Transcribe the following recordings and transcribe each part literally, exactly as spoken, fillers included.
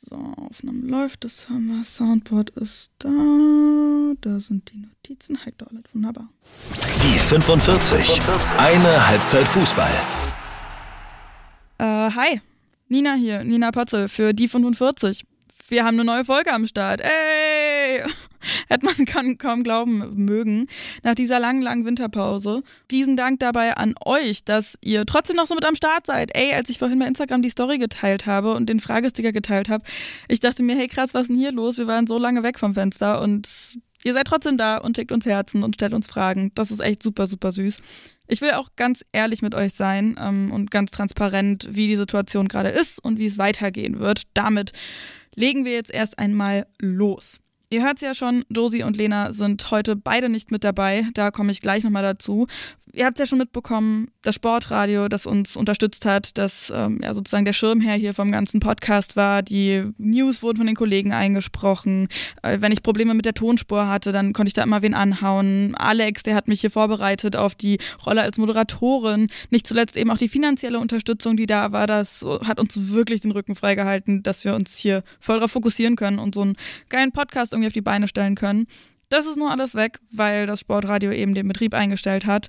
So, Aufnahme läuft, das haben wir. Soundboard ist da. Da sind die Notizen. Hi, Dorlet, wunderbar. Die fünfundvierzig. Eine Halbzeit Fußball. Äh, hi. Nina hier, Nina Potzel für die fünfundvierzig. Wir haben eine neue Folge am Start. Ey! Hätte man kann, kaum glauben mögen. Nach dieser langen, langen Winterpause. Riesendank dabei an euch, dass ihr trotzdem noch so mit am Start seid. Ey, als ich vorhin bei Instagram die Story geteilt habe und den Fragesticker geteilt habe, ich dachte mir, hey krass, was ist denn hier los? Wir waren so lange weg vom Fenster und ihr seid trotzdem da und schickt uns Herzen und stellt uns Fragen. Das ist echt super, super süß. Ich will auch ganz ehrlich mit euch sein ähm, und ganz transparent, wie die Situation gerade ist und wie es weitergehen wird. Damit legen wir jetzt erst einmal los. Ihr hört es ja schon, Josie und Lena sind heute beide nicht mit dabei. Da komme ich gleich nochmal dazu. Ihr habt es ja schon mitbekommen, das Sportradio, das uns unterstützt hat, das ähm, ja sozusagen der Schirmherr hier vom ganzen Podcast war. Die News wurden von den Kollegen eingesprochen. Äh, wenn ich Probleme mit der Tonspur hatte, dann konnte ich da immer wen anhauen. Alex, der hat mich hier vorbereitet auf die Rolle als Moderatorin. Nicht zuletzt eben auch die finanzielle Unterstützung, die da war. Das hat uns wirklich den Rücken freigehalten, dass wir uns hier voll darauf fokussieren können und so einen geilen Podcast irgendwie auf die Beine stellen können. Das ist nur alles weg, weil das Sportradio eben den Betrieb eingestellt hat.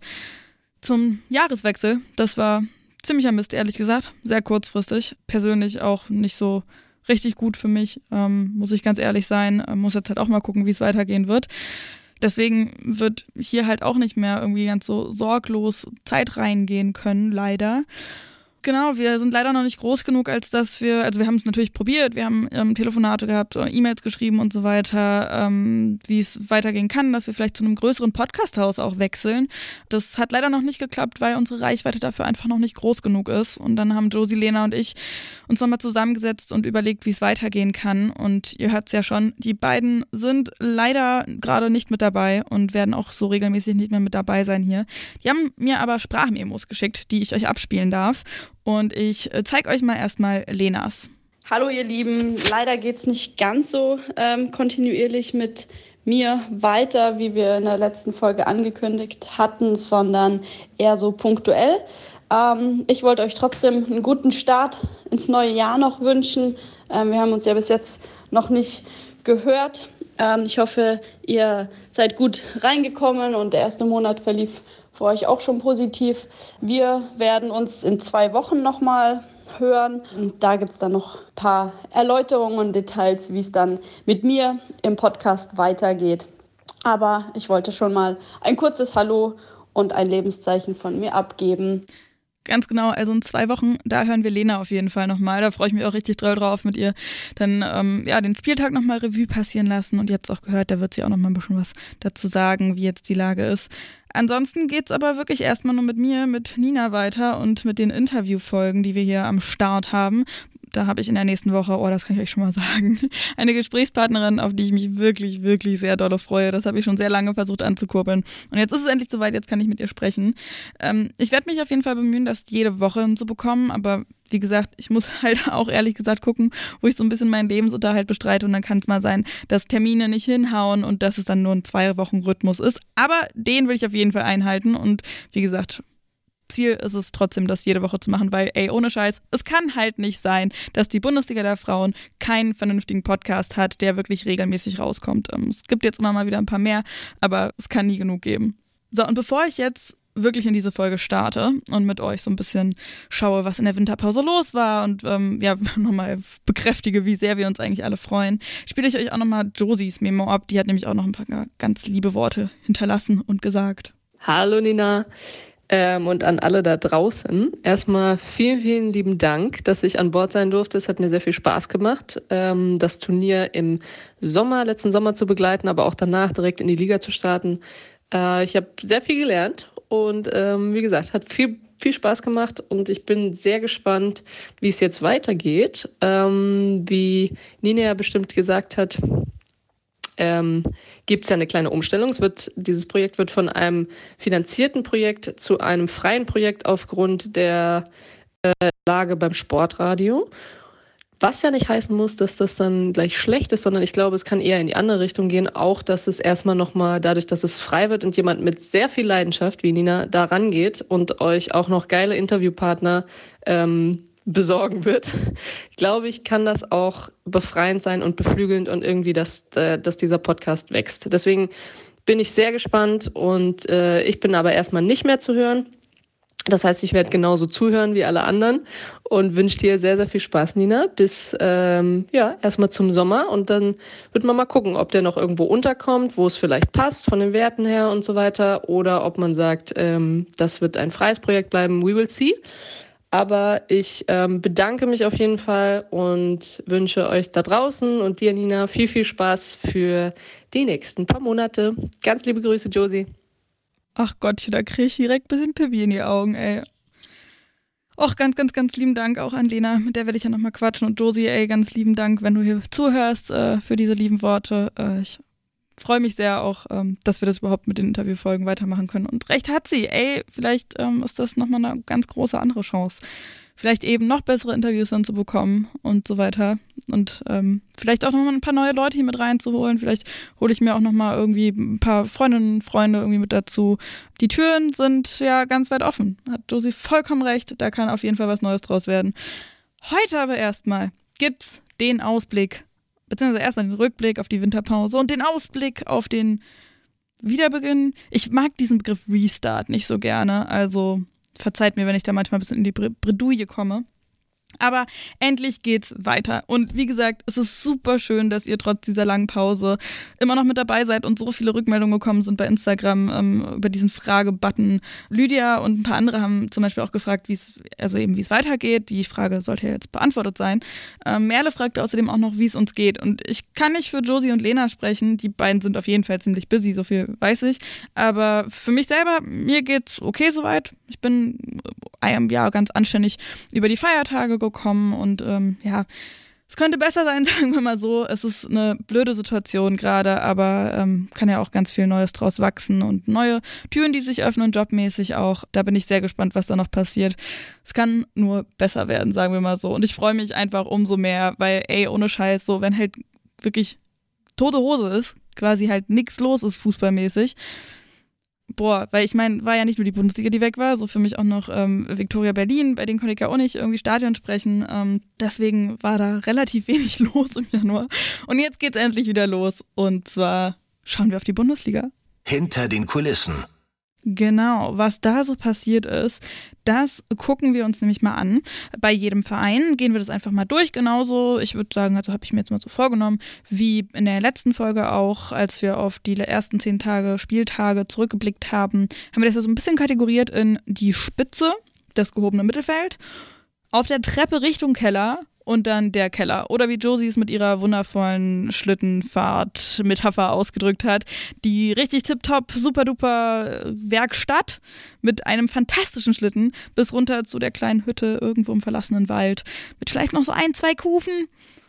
Zum Jahreswechsel, das war ziemlicher Mist, ehrlich gesagt. Sehr kurzfristig. Persönlich auch nicht so richtig gut für mich, ähm, muss ich ganz ehrlich sein. Ähm, muss jetzt halt auch mal gucken, wie es weitergehen wird. Deswegen wird hier halt auch nicht mehr irgendwie ganz so sorglos Zeit reingehen können, leider. Genau, wir sind leider noch nicht groß genug, als dass wir, also wir haben es natürlich probiert, wir haben ähm, Telefonate gehabt, E-Mails geschrieben und so weiter, ähm, wie es weitergehen kann, dass wir vielleicht zu einem größeren Podcasthaus auch wechseln. Das hat leider noch nicht geklappt, weil unsere Reichweite dafür einfach noch nicht groß genug ist. Und dann haben Josie, Lena und ich uns nochmal zusammengesetzt und überlegt, wie es weitergehen kann. Und ihr hört es ja schon, die beiden sind leider gerade nicht mit dabei und werden auch so regelmäßig nicht mehr mit dabei sein hier. Die haben mir aber Sprachmemos geschickt, die ich euch abspielen darf. Und ich zeige euch mal erstmal Lenas. Hallo ihr Lieben, leider geht es nicht ganz so ähm, kontinuierlich mit mir weiter, wie wir in der letzten Folge angekündigt hatten, sondern eher so punktuell. Ähm, ich wollte euch trotzdem einen guten Start ins neue Jahr noch wünschen. Ähm, wir haben uns ja bis jetzt noch nicht gehört. Ähm, ich hoffe, ihr seid gut reingekommen und der erste Monat verlief für euch auch schon positiv. Wir werden uns in zwei Wochen nochmal hören. Und da gibt es dann noch ein paar Erläuterungen und Details, wie es dann mit mir im Podcast weitergeht. Aber ich wollte schon mal ein kurzes Hallo und ein Lebenszeichen von mir abgeben. Ganz genau, also in zwei Wochen, da hören wir Lena auf jeden Fall nochmal. Da freue ich mich auch richtig doll drauf, mit ihr dann ähm, ja den Spieltag nochmal Revue passieren lassen. Und ihr habt es auch gehört, da wird sie auch nochmal ein bisschen was dazu sagen, wie jetzt die Lage ist. Ansonsten geht's aber wirklich erstmal nur mit mir, mit Nina weiter und mit den Interviewfolgen, die wir hier am Start haben. Da habe ich in der nächsten Woche, oh, das kann ich euch schon mal sagen, eine Gesprächspartnerin, auf die ich mich wirklich, wirklich sehr doll freue. Das habe ich schon sehr lange versucht anzukurbeln. Und jetzt ist es endlich soweit, jetzt kann ich mit ihr sprechen. Ähm, ich werde mich auf jeden Fall bemühen, das jede Woche zu bekommen, aber wie gesagt, ich muss halt auch ehrlich gesagt gucken, wo ich so ein bisschen meinen Lebensunterhalt bestreite und dann kann es mal sein, dass Termine nicht hinhauen und dass es dann nur ein Zwei-Wochen-Rhythmus ist. Aber den will ich auf jeden Fall einhalten und wie gesagt, Ziel ist es trotzdem, das jede Woche zu machen, weil, ey, ohne Scheiß, es kann halt nicht sein, dass die Bundesliga der Frauen keinen vernünftigen Podcast hat, der wirklich regelmäßig rauskommt. Es gibt jetzt immer mal wieder ein paar mehr, aber es kann nie genug geben. So, und bevor ich jetzt wirklich in diese Folge starte und mit euch so ein bisschen schaue, was in der Winterpause los war und ähm, ja, nochmal bekräftige, wie sehr wir uns eigentlich alle freuen, spiele ich euch auch nochmal Josies Memo ab. Die hat nämlich auch noch ein paar ganz liebe Worte hinterlassen und gesagt. Hallo Nina. Ähm, und an alle da draußen. Erstmal vielen, vielen lieben Dank, dass ich an Bord sein durfte. Es hat mir sehr viel Spaß gemacht, ähm, das Turnier im Sommer, letzten Sommer zu begleiten, aber auch danach direkt in die Liga zu starten. Äh, ich habe sehr viel gelernt und ähm, wie gesagt, hat viel, viel Spaß gemacht und ich bin sehr gespannt, wie es jetzt weitergeht. Ähm, wie Nina ja bestimmt gesagt hat, Ähm, gibt es ja eine kleine Umstellung. Es wird, dieses Projekt wird von einem finanzierten Projekt zu einem freien Projekt aufgrund der äh, Lage beim Sportradio. Was ja nicht heißen muss, dass das dann gleich schlecht ist, sondern ich glaube, es kann eher in die andere Richtung gehen. Auch, dass es erstmal nochmal, dadurch, dass es frei wird und jemand mit sehr viel Leidenschaft wie Nina da rangeht und euch auch noch geile Interviewpartner ähm, besorgen wird, ich glaube, ich kann das auch befreiend sein und beflügelnd und irgendwie, dass, dass dieser Podcast wächst. Deswegen bin ich sehr gespannt und äh, ich bin aber erstmal nicht mehr zu hören. Das heißt, ich werde genauso zuhören wie alle anderen und wünsche dir sehr, sehr viel Spaß, Nina, bis ähm, ja erstmal zum Sommer und dann wird man mal gucken, ob der noch irgendwo unterkommt, wo es vielleicht passt von den Werten her und so weiter oder ob man sagt, ähm, das wird ein freies Projekt bleiben, we will see. Aber ich ähm, bedanke mich auf jeden Fall und wünsche euch da draußen und dir, Nina, viel, viel Spaß für die nächsten paar Monate. Ganz liebe Grüße, Josie. Ach Gottchen, da kriege ich direkt ein bisschen Pipi in die Augen, ey. Och, ganz, ganz, ganz lieben Dank auch an Lena, mit der werde ich ja nochmal quatschen. Und Josie, ey, ganz lieben Dank, wenn du hier zuhörst, äh, für diese lieben Worte. Äh, ich freue mich sehr auch, ähm, dass wir das überhaupt mit den Interviewfolgen weitermachen können. Und recht hat sie, ey, vielleicht ähm, ist das nochmal eine ganz große andere Chance. Vielleicht eben noch bessere Interviews dann zu bekommen und so weiter. Und ähm, vielleicht auch nochmal ein paar neue Leute hier mit reinzuholen. Vielleicht hole ich mir auch nochmal irgendwie ein paar Freundinnen und Freunde irgendwie mit dazu. Die Türen sind ja ganz weit offen. Hat Josie vollkommen recht. Da kann auf jeden Fall was Neues draus werden. Heute aber erstmal gibt's den Ausblick, beziehungsweise erstmal den Rückblick auf die Winterpause und den Ausblick auf den Wiederbeginn. Ich mag diesen Begriff Restart nicht so gerne, also verzeiht mir, wenn ich da manchmal ein bisschen in die Bredouille komme. Aber endlich geht's weiter. Und wie gesagt, es ist super schön, dass ihr trotz dieser langen Pause immer noch mit dabei seid und so viele Rückmeldungen gekommen sind bei Instagram ähm, über diesen Frage-Button. Lydia und ein paar andere haben zum Beispiel auch gefragt, wie es, also eben wie es weitergeht. Die Frage sollte ja jetzt beantwortet sein. Ähm, Merle fragte außerdem auch noch, wie es uns geht. Und ich kann nicht für Josie und Lena sprechen. Die beiden sind auf jeden Fall ziemlich busy, so viel weiß ich. Aber für mich selber, mir geht's okay soweit. Ich bin ähm, ja ganz anständig über die Feiertage gekommen und ähm, ja, es könnte besser sein, sagen wir mal so. Es ist eine blöde Situation gerade, aber ähm, kann ja auch ganz viel Neues draus wachsen und neue Türen, die sich öffnen, jobmäßig auch. Da bin ich sehr gespannt, was da noch passiert. Es kann nur besser werden, sagen wir mal so. Und ich freue mich einfach umso mehr, weil ey, ohne Scheiß, so wenn halt wirklich tote Hose ist, quasi halt nichts los ist fußballmäßig. Boah, weil ich meine, war ja nicht nur die Bundesliga, die weg war, so für mich auch noch ähm, Viktoria Berlin, bei denen konnte ich ja auch nicht irgendwie Stadion sprechen. Ähm, deswegen war da relativ wenig los im Januar. Und jetzt geht's endlich wieder los. Und zwar schauen wir auf die Bundesliga. Hinter den Kulissen. Genau, was da so passiert ist, das gucken wir uns nämlich mal an. Bei jedem Verein gehen wir das einfach mal durch, genauso, ich würde sagen, also habe ich mir jetzt mal so vorgenommen, wie in der letzten Folge auch, als wir auf die ersten zehn Tage, Spieltage zurückgeblickt haben, haben wir das ja so ein bisschen kategoriert in die Spitze, das gehobene Mittelfeld, auf der Treppe Richtung Keller und dann der Keller. Oder wie Josie es mit ihrer wundervollen Schlittenfahrt-Metapher ausgedrückt hat, die richtig tipptopp, super-duper Werkstatt mit einem fantastischen Schlitten bis runter zu der kleinen Hütte irgendwo im verlassenen Wald mit vielleicht noch so ein, zwei Kufen.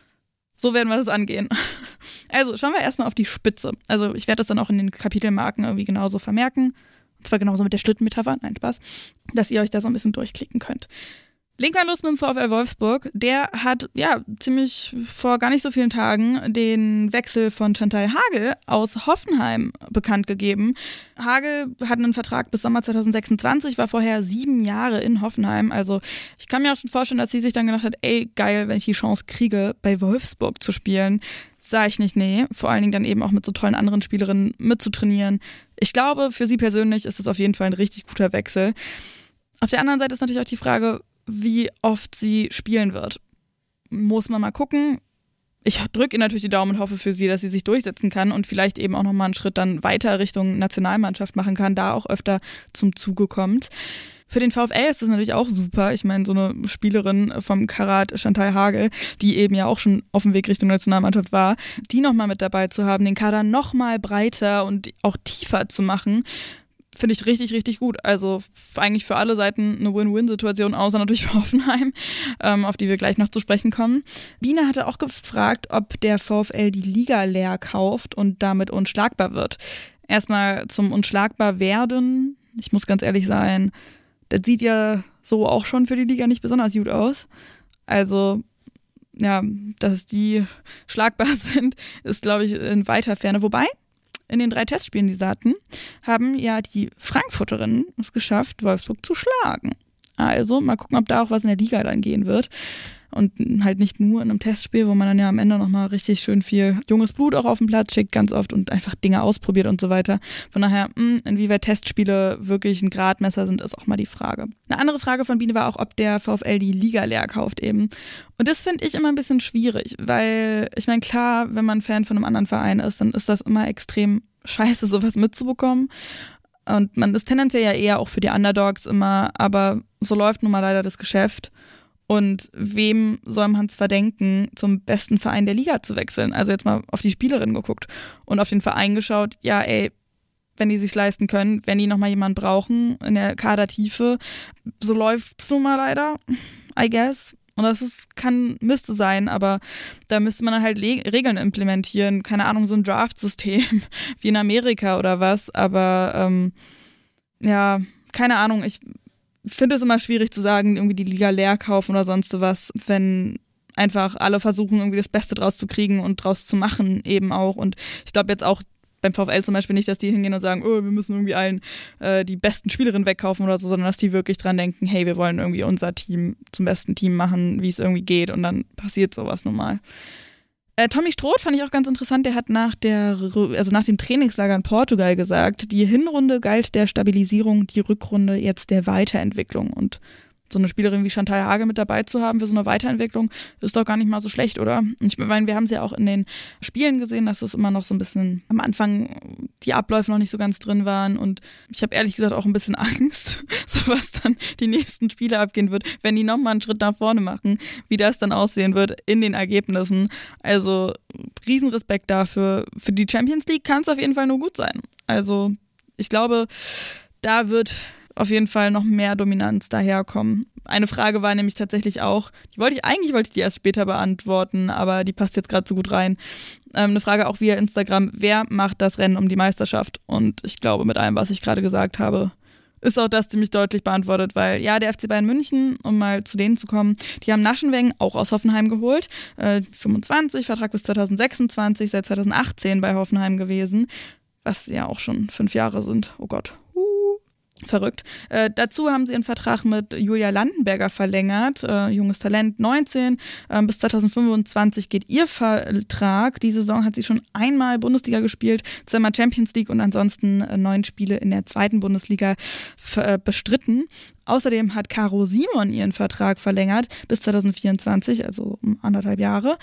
So werden wir das angehen. Also schauen wir erstmal auf die Spitze. Also ich werde das dann auch in den Kapitelmarken irgendwie genauso vermerken. Und zwar genauso mit der Schlittenmetapher, nein, Spaß, dass ihr euch da so ein bisschen durchklicken könnt. Legen wir los mit dem VfL Wolfsburg. Der hat ja ziemlich vor gar nicht so vielen Tagen den Wechsel von Chantal Hagel aus Hoffenheim bekannt gegeben. Hagel hat einen Vertrag bis Sommer zwanzig sechsundzwanzig, war vorher sieben Jahre in Hoffenheim. Also ich kann mir auch schon vorstellen, dass sie sich dann gedacht hat, ey, geil, wenn ich die Chance kriege, bei Wolfsburg zu spielen. Sag ich nicht, nee. Vor allen Dingen dann eben auch mit so tollen anderen Spielerinnen mitzutrainieren. Ich glaube, für sie persönlich ist es auf jeden Fall ein richtig guter Wechsel. Auf der anderen Seite ist natürlich auch die Frage, wie oft sie spielen wird. Muss man mal gucken. Ich drücke ihr natürlich die Daumen und hoffe für sie, dass sie sich durchsetzen kann und vielleicht eben auch nochmal einen Schritt dann weiter Richtung Nationalmannschaft machen kann, da auch öfter zum Zuge kommt. Für den VfL ist das natürlich auch super. Ich meine, so eine Spielerin vom Karat, Chantal Hagel, die eben ja auch schon auf dem Weg Richtung Nationalmannschaft war, die nochmal mit dabei zu haben, den Kader nochmal breiter und auch tiefer zu machen, finde ich richtig, richtig gut. Also eigentlich für alle Seiten eine Win-Win-Situation, außer natürlich für Hoffenheim, ähm, auf die wir gleich noch zu sprechen kommen. Biene hatte auch gefragt, ob der VfL die Liga leer kauft und damit unschlagbar wird. Erstmal zum unschlagbar werden. Ich muss ganz ehrlich sein, das sieht ja so auch schon für die Liga nicht besonders gut aus. Also ja, dass die schlagbar sind, ist, glaube ich, in weiter Ferne. Wobei, in den drei Testspielen, die sie hatten, haben ja die Frankfurterinnen es geschafft, Wolfsburg zu schlagen. Also mal gucken, ob da auch was in der Liga dann gehen wird. Und halt nicht nur in einem Testspiel, wo man dann ja am Ende nochmal richtig schön viel junges Blut auch auf den Platz schickt, ganz oft und einfach Dinge ausprobiert und so weiter. Von daher, mh, inwieweit Testspiele wirklich ein Gradmesser sind, ist auch mal die Frage. Eine andere Frage von Biene war auch, ob der VfL die Liga leer kauft eben. Und das finde ich immer ein bisschen schwierig, weil ich meine, klar, wenn man Fan von einem anderen Verein ist, dann ist das immer extrem scheiße, sowas mitzubekommen. Und man ist tendenziell ja eher auch für die Underdogs immer, aber so läuft nun mal leider das Geschäft. Und wem soll man es verdenken, zum besten Verein der Liga zu wechseln? Also jetzt mal auf die Spielerin geguckt und auf den Verein geschaut. Ja, ey, wenn die sich's leisten können, wenn die nochmal jemanden brauchen in der Kadertiefe, so läuft's nun mal leider, I guess. Und das ist, kann, müsste sein, aber da müsste man dann halt Le- Regeln implementieren. Keine Ahnung, so ein Draft-System wie in Amerika oder was. Aber ähm, ja, keine Ahnung, ich Ich finde es immer schwierig zu sagen, irgendwie die Liga leer kaufen oder sonst sowas, wenn einfach alle versuchen, irgendwie das Beste draus zu kriegen und draus zu machen eben auch. Und ich glaube jetzt auch beim VfL zum Beispiel nicht, dass die hingehen und sagen, oh, wir müssen irgendwie allen äh, die besten Spielerinnen wegkaufen oder so, sondern dass die wirklich dran denken, hey, wir wollen irgendwie unser Team zum besten Team machen, wie es irgendwie geht, und dann passiert sowas nun mal. Äh, Tommy Stroth fand ich auch ganz interessant, der hat nach der, also nach dem Trainingslager in Portugal gesagt, die Hinrunde galt der Stabilisierung, die Rückrunde jetzt der Weiterentwicklung. Und so eine Spielerin wie Chantal Hage mit dabei zu haben für so eine Weiterentwicklung, ist doch gar nicht mal so schlecht, oder? Und ich meine, wir haben es ja auch in den Spielen gesehen, dass es immer noch so ein bisschen am Anfang die Abläufe noch nicht so ganz drin waren, und ich habe ehrlich gesagt auch ein bisschen Angst, so was dann die nächsten Spiele abgehen wird, wenn die nochmal einen Schritt nach vorne machen, wie das dann aussehen wird in den Ergebnissen. Also Riesenrespekt dafür. Für die Champions League kann es auf jeden Fall nur gut sein. Also ich glaube, da wird auf jeden Fall noch mehr Dominanz daherkommen. Eine Frage war nämlich tatsächlich auch, die wollte ich eigentlich wollte ich die erst später beantworten, aber die passt jetzt gerade so gut rein. Ähm, eine Frage auch via Instagram, wer macht das Rennen um die Meisterschaft? Und ich glaube, mit allem, was ich gerade gesagt habe, ist auch das ziemlich deutlich beantwortet, weil ja, der F C Bayern München, um mal zu denen zu kommen, die haben Naschenweng auch aus Hoffenheim geholt, äh, fünfundzwanzig, Vertrag bis zweitausendsechsundzwanzig, seit zweitausendachtzehn bei Hoffenheim gewesen, was ja auch schon fünf Jahre sind, oh Gott. Verrückt. Äh, dazu haben sie einen Vertrag mit Julia Landenberger verlängert, äh, junges Talent, neunzehn. Äh, bis zweitausendfünfundzwanzig geht ihr Vertrag. Die Saison hat sie schon einmal Bundesliga gespielt, zweimal Champions League und ansonsten äh, neun Spiele in der zweiten Bundesliga f- äh, bestritten. Außerdem hat Caro Simon ihren Vertrag verlängert bis zweitausendvierundzwanzig, also um anderthalb Jahre.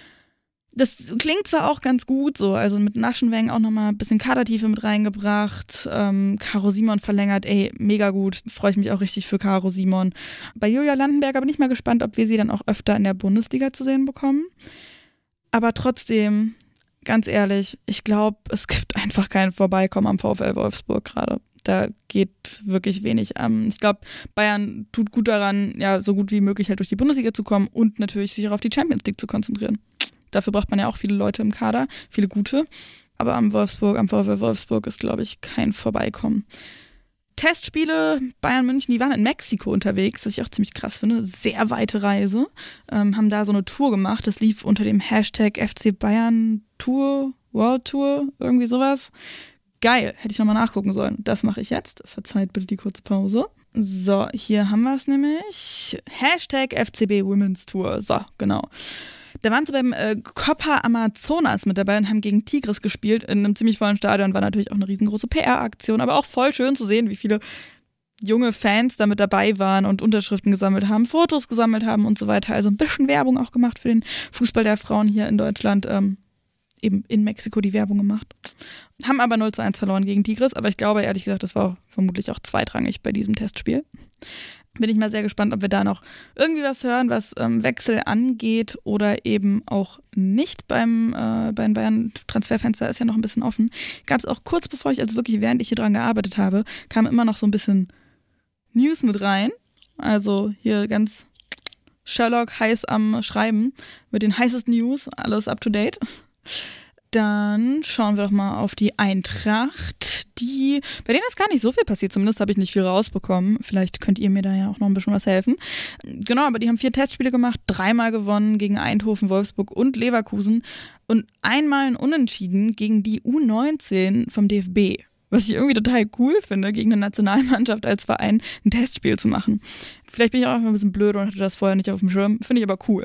Das klingt zwar auch ganz gut so, also mit Naschenweng auch nochmal ein bisschen Kadertiefe mit reingebracht, ähm, Caro Simon verlängert, ey, mega gut, freue ich mich auch richtig für Caro Simon. Bei Julia Landenberger bin ich mal gespannt, ob wir sie dann auch öfter in der Bundesliga zu sehen bekommen. Aber trotzdem, ganz ehrlich, ich glaube, es gibt einfach kein Vorbeikommen am VfL Wolfsburg gerade. Da geht wirklich wenig. Ähm, ich glaube, Bayern tut gut daran, ja, so gut wie möglich halt durch die Bundesliga zu kommen und natürlich sich auch auf die Champions League zu konzentrieren. Dafür braucht man ja auch viele Leute im Kader, viele gute. Aber am Wolfsburg, am VfL Wolfsburg ist, glaube ich, kein Vorbeikommen. Testspiele, Bayern München, die waren in Mexiko unterwegs, was ich auch ziemlich krass finde. Sehr weite Reise. Ähm, haben da so eine Tour gemacht. Das lief unter dem Hashtag F C Bayern Tour, World Tour, irgendwie sowas. Geil, hätte ich nochmal nachgucken sollen. Das mache ich jetzt. Verzeiht bitte die kurze Pause. So, hier haben wir es nämlich. Hashtag F C B Women's Tour. So, genau. Da waren sie beim äh, Copa Amazonas mit dabei und haben gegen Tigres gespielt in einem ziemlich vollen Stadion. War natürlich auch eine riesengroße P R-Aktion, aber auch voll schön zu sehen, wie viele junge Fans da mit dabei waren und Unterschriften gesammelt haben, Fotos gesammelt haben und so weiter. Also ein bisschen Werbung auch gemacht für den Fußball der Frauen hier in Deutschland. Ähm, eben in Mexiko die Werbung gemacht. Haben aber null zu eins verloren gegen Tigres, aber ich glaube, ehrlich gesagt, das war vermutlich auch zweitrangig bei diesem Testspiel. Bin ich mal sehr gespannt, ob wir da noch irgendwie was hören, was ähm, Wechsel angeht oder eben auch nicht. Beim äh, beim Bayern-Transferfenster ist ja noch ein bisschen offen. Gab es auch kurz bevor ich, also wirklich während ich hier dran gearbeitet habe, kam immer noch so ein bisschen News mit rein. Also hier ganz Sherlock heiß am Schreiben mit den heißesten News, alles up to date. Dann schauen wir doch mal auf die Eintracht, die, bei denen ist gar nicht so viel passiert, zumindest habe ich nicht viel rausbekommen. Vielleicht könnt ihr mir da ja auch noch ein bisschen was helfen. Genau, aber die haben vier Testspiele gemacht, dreimal gewonnen gegen Eindhoven, Wolfsburg und Leverkusen und einmal ein Unentschieden gegen die U neunzehn vom D F B. was ich irgendwie total cool finde, gegen eine Nationalmannschaft als Verein ein Testspiel zu machen. Vielleicht bin ich auch einfach ein bisschen blöd und hatte das vorher nicht auf dem Schirm, finde ich aber cool.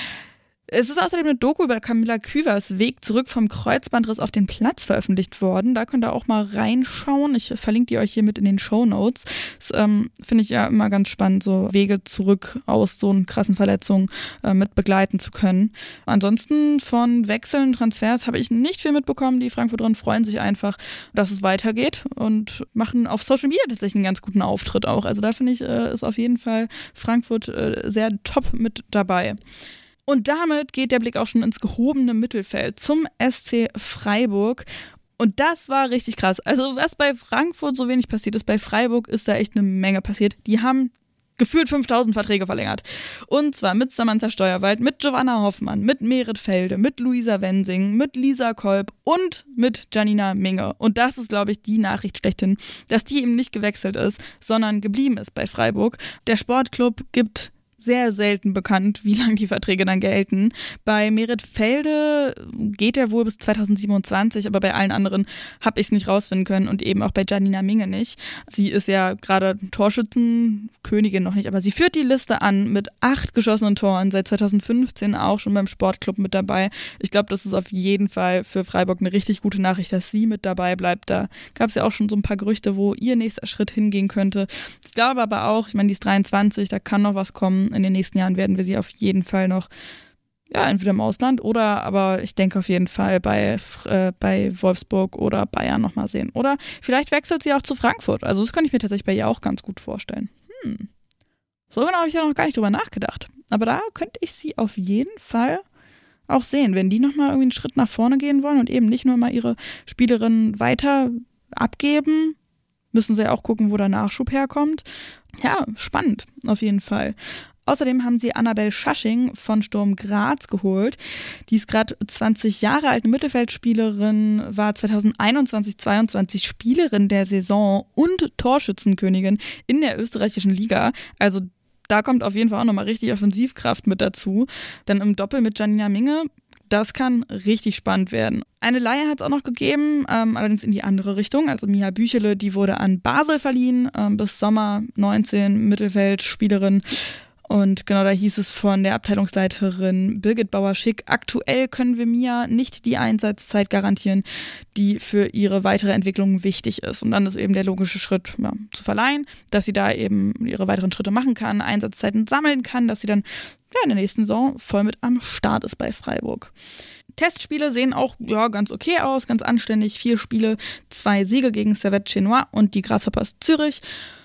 Es ist außerdem eine Doku über Camilla Küvers Weg zurück vom Kreuzbandriss auf den Platz veröffentlicht worden. Da könnt ihr auch mal reinschauen. Ich verlinke die euch hier mit in den Shownotes. Das ähm, finde ich ja immer ganz spannend, so Wege zurück aus so einer krassen Verletzung äh, mit begleiten zu können. Ansonsten von Wechseln, Transfers habe ich nicht viel mitbekommen. Die Frankfurterinnen freuen sich einfach, dass es weitergeht und machen auf Social Media tatsächlich einen ganz guten Auftritt auch. Also da finde ich, äh, ist auf jeden Fall Frankfurt äh, sehr top mit dabei. Und damit geht der Blick auch schon ins gehobene Mittelfeld zum S C Freiburg. Und das war richtig krass. Also was bei Frankfurt so wenig passiert ist, bei Freiburg ist da echt eine Menge passiert. Die haben gefühlt fünftausend Verträge verlängert. Und zwar mit Samantha Steuerwald, mit Giovanna Hoffmann, mit Merit Felde, mit Luisa Wensing, mit Lisa Kolb und mit Janina Minge. Und das ist, glaube ich, die Nachricht schlechthin, dass die eben nicht gewechselt ist, sondern geblieben ist bei Freiburg. Der Sportclub gibt sehr selten bekannt, wie lange die Verträge dann gelten. Bei Merit Felde geht er wohl bis zweitausendsiebenundzwanzig, aber bei allen anderen habe ich es nicht rausfinden können und eben auch bei Janina Minge nicht. Sie ist ja gerade Torschützenkönigin noch nicht, aber sie führt die Liste an mit acht geschossenen Toren, seit zweitausendfünfzehn auch schon beim Sportclub mit dabei. Ich glaube, das ist auf jeden Fall für Freiburg eine richtig gute Nachricht, dass sie mit dabei bleibt. Da gab es ja auch schon so ein paar Gerüchte, wo ihr nächster Schritt hingehen könnte. Ich glaube aber auch, ich meine, die ist dreiundzwanzig, da kann noch was kommen. In den nächsten Jahren werden wir sie auf jeden Fall noch, ja, entweder im Ausland oder, aber ich denke auf jeden Fall bei, äh, bei Wolfsburg oder Bayern nochmal sehen. Oder vielleicht wechselt sie auch zu Frankfurt. Also das könnte ich mir tatsächlich bei ihr auch ganz gut vorstellen. Hm. So genau habe ich ja noch gar nicht drüber nachgedacht. Aber da könnte ich sie auf jeden Fall auch sehen, wenn die nochmal irgendwie einen Schritt nach vorne gehen wollen und eben nicht nur mal ihre Spielerinnen weiter abgeben, müssen sie ja auch gucken, wo der Nachschub herkommt. Ja, spannend auf jeden Fall. Außerdem haben sie Annabel Schasching von Sturm Graz geholt. Die ist gerade zwanzig Jahre alt, Mittelfeldspielerin, war zweitausendeinundzwanzig zweiundzwanzig Spielerin der Saison und Torschützenkönigin in der österreichischen Liga. Also da kommt auf jeden Fall auch nochmal richtig Offensivkraft mit dazu. Dann im Doppel mit Janina Minge. Das kann richtig spannend werden. Eine Leihe hat es auch noch gegeben, ähm, allerdings in die andere Richtung. Also Mia Büchele, die wurde an Basel verliehen, ähm, bis Sommer neunzehn, Mittelfeldspielerin. Und genau, da hieß es von der Abteilungsleiterin Birgit Bauer-Schick, aktuell können wir Mia nicht die Einsatzzeit garantieren, die für ihre weitere Entwicklung wichtig ist. Und dann ist eben der logische Schritt, ja, zu verleihen, dass sie da eben ihre weiteren Schritte machen kann, Einsatzzeiten sammeln kann, dass sie dann ja, in der nächsten Saison voll mit am Start ist bei Freiburg. Testspiele sehen auch ja, ganz okay aus, ganz anständig. Vier Spiele, zwei Siege gegen Servette Genois und die Grasshoppers Zürich.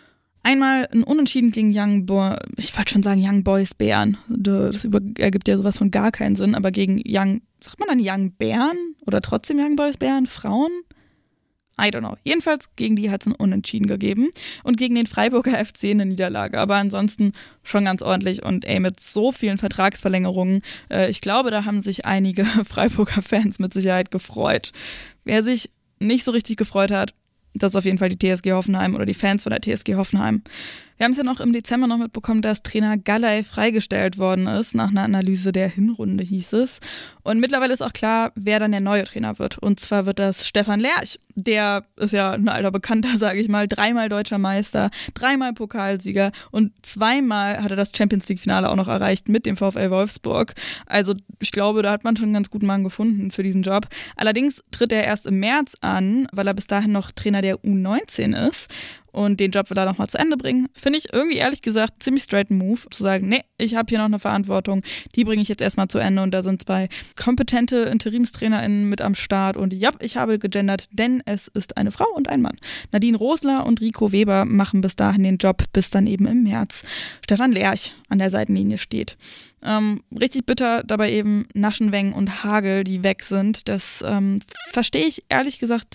Einmal ein Unentschieden gegen Young Boys, ich wollte schon sagen Young Boys Bären. Das ergibt ja sowas von gar keinen Sinn, aber gegen Young, sagt man dann Young Bären oder trotzdem Young Boys Bären? Frauen? I don't know. Jedenfalls gegen die hat es ein Unentschieden gegeben und gegen den Freiburger F C eine Niederlage. Aber ansonsten schon ganz ordentlich und ey, mit so vielen Vertragsverlängerungen, äh, ich glaube, da haben sich einige Freiburger Fans mit Sicherheit gefreut. Wer sich nicht so richtig gefreut hat, das ist auf jeden Fall die T S G Hoffenheim oder die Fans von der T S G Hoffenheim. Wir haben es ja noch im Dezember noch mitbekommen, dass Trainer Galley freigestellt worden ist. Nach einer Analyse der Hinrunde hieß es. Und mittlerweile ist auch klar, wer dann der neue Trainer wird. Und zwar wird das Stefan Lerch. Der ist ja ein alter Bekannter, sage ich mal. Dreimal deutscher Meister, dreimal Pokalsieger und zweimal hat er das Champions-League-Finale auch noch erreicht mit dem VfL Wolfsburg. Also ich glaube, da hat man schon einen ganz guten Mann gefunden für diesen Job. Allerdings tritt er erst im März an, weil er bis dahin noch Trainer der U neunzehn ist. Und den Job will er nochmal zu Ende bringen. Finde ich irgendwie ehrlich gesagt ziemlich straighten Move, zu sagen, nee, ich habe hier noch eine Verantwortung, die bringe ich jetzt erstmal zu Ende. Und da sind zwei kompetente InterimstrainerInnen mit am Start. Und ja, ich habe gegendert, denn es ist eine Frau und ein Mann. Nadine Rosler und Rico Weber machen bis dahin den Job, bis dann eben im März Stefan Lerch an der Seitenlinie steht. Ähm, richtig bitter dabei eben Naschenweng und Hagel, die weg sind. Das ähm, verstehe ich ehrlich gesagt.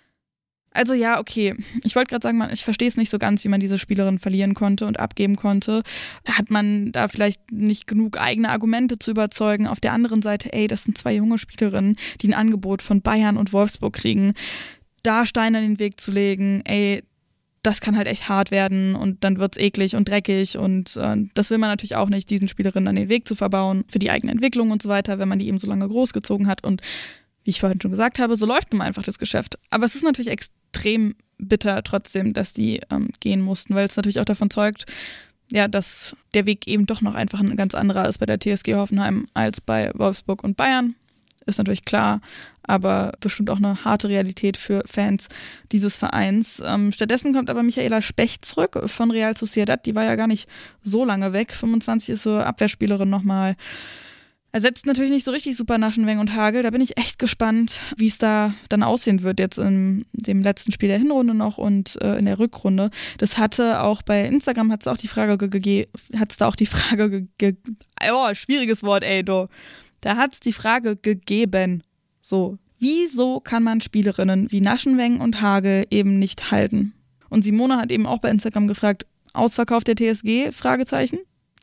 Also ja, okay. Ich wollte gerade sagen, ich verstehe es nicht so ganz, wie man diese Spielerin verlieren konnte und abgeben konnte. Hat man da vielleicht nicht genug eigene Argumente zu überzeugen? Auf der anderen Seite, ey, das sind zwei junge Spielerinnen, die ein Angebot von Bayern und Wolfsburg kriegen. Da Steine in den Weg zu legen, ey, das kann halt echt hart werden und dann wird's eklig und dreckig und äh, das will man natürlich auch nicht, diesen Spielerinnen an den Weg zu verbauen für die eigene Entwicklung und so weiter, wenn man die eben so lange großgezogen hat und wie ich vorhin schon gesagt habe, so läuft nun einfach das Geschäft. Aber es ist natürlich extrem bitter trotzdem, dass die ähm, gehen mussten, weil es natürlich auch davon zeugt, ja, dass der Weg eben doch noch einfach ein ganz anderer ist bei der T S G Hoffenheim als bei Wolfsburg und Bayern. Ist natürlich klar, aber bestimmt auch eine harte Realität für Fans dieses Vereins. Ähm, stattdessen kommt aber Michaela Specht zurück von Real Sociedad. Die war ja gar nicht so lange weg. fünfundzwanzig ist sie Abwehrspielerin nochmal. Ersetzt natürlich nicht so richtig super Naschenweng und Hagel. Da bin ich echt gespannt, wie es da dann aussehen wird jetzt in dem letzten Spiel der Hinrunde noch und äh, in der Rückrunde. Das hatte auch bei Instagram hat es auch die Frage gegeben, hat es da auch die Frage gegeben, oh, schwieriges Wort, ey, du. Da hat es die Frage gegeben, so, wieso kann man Spielerinnen wie Naschenweng und Hagel eben nicht halten? Und Simone hat eben auch bei Instagram gefragt, Ausverkauf der T S G, Fragezeichen.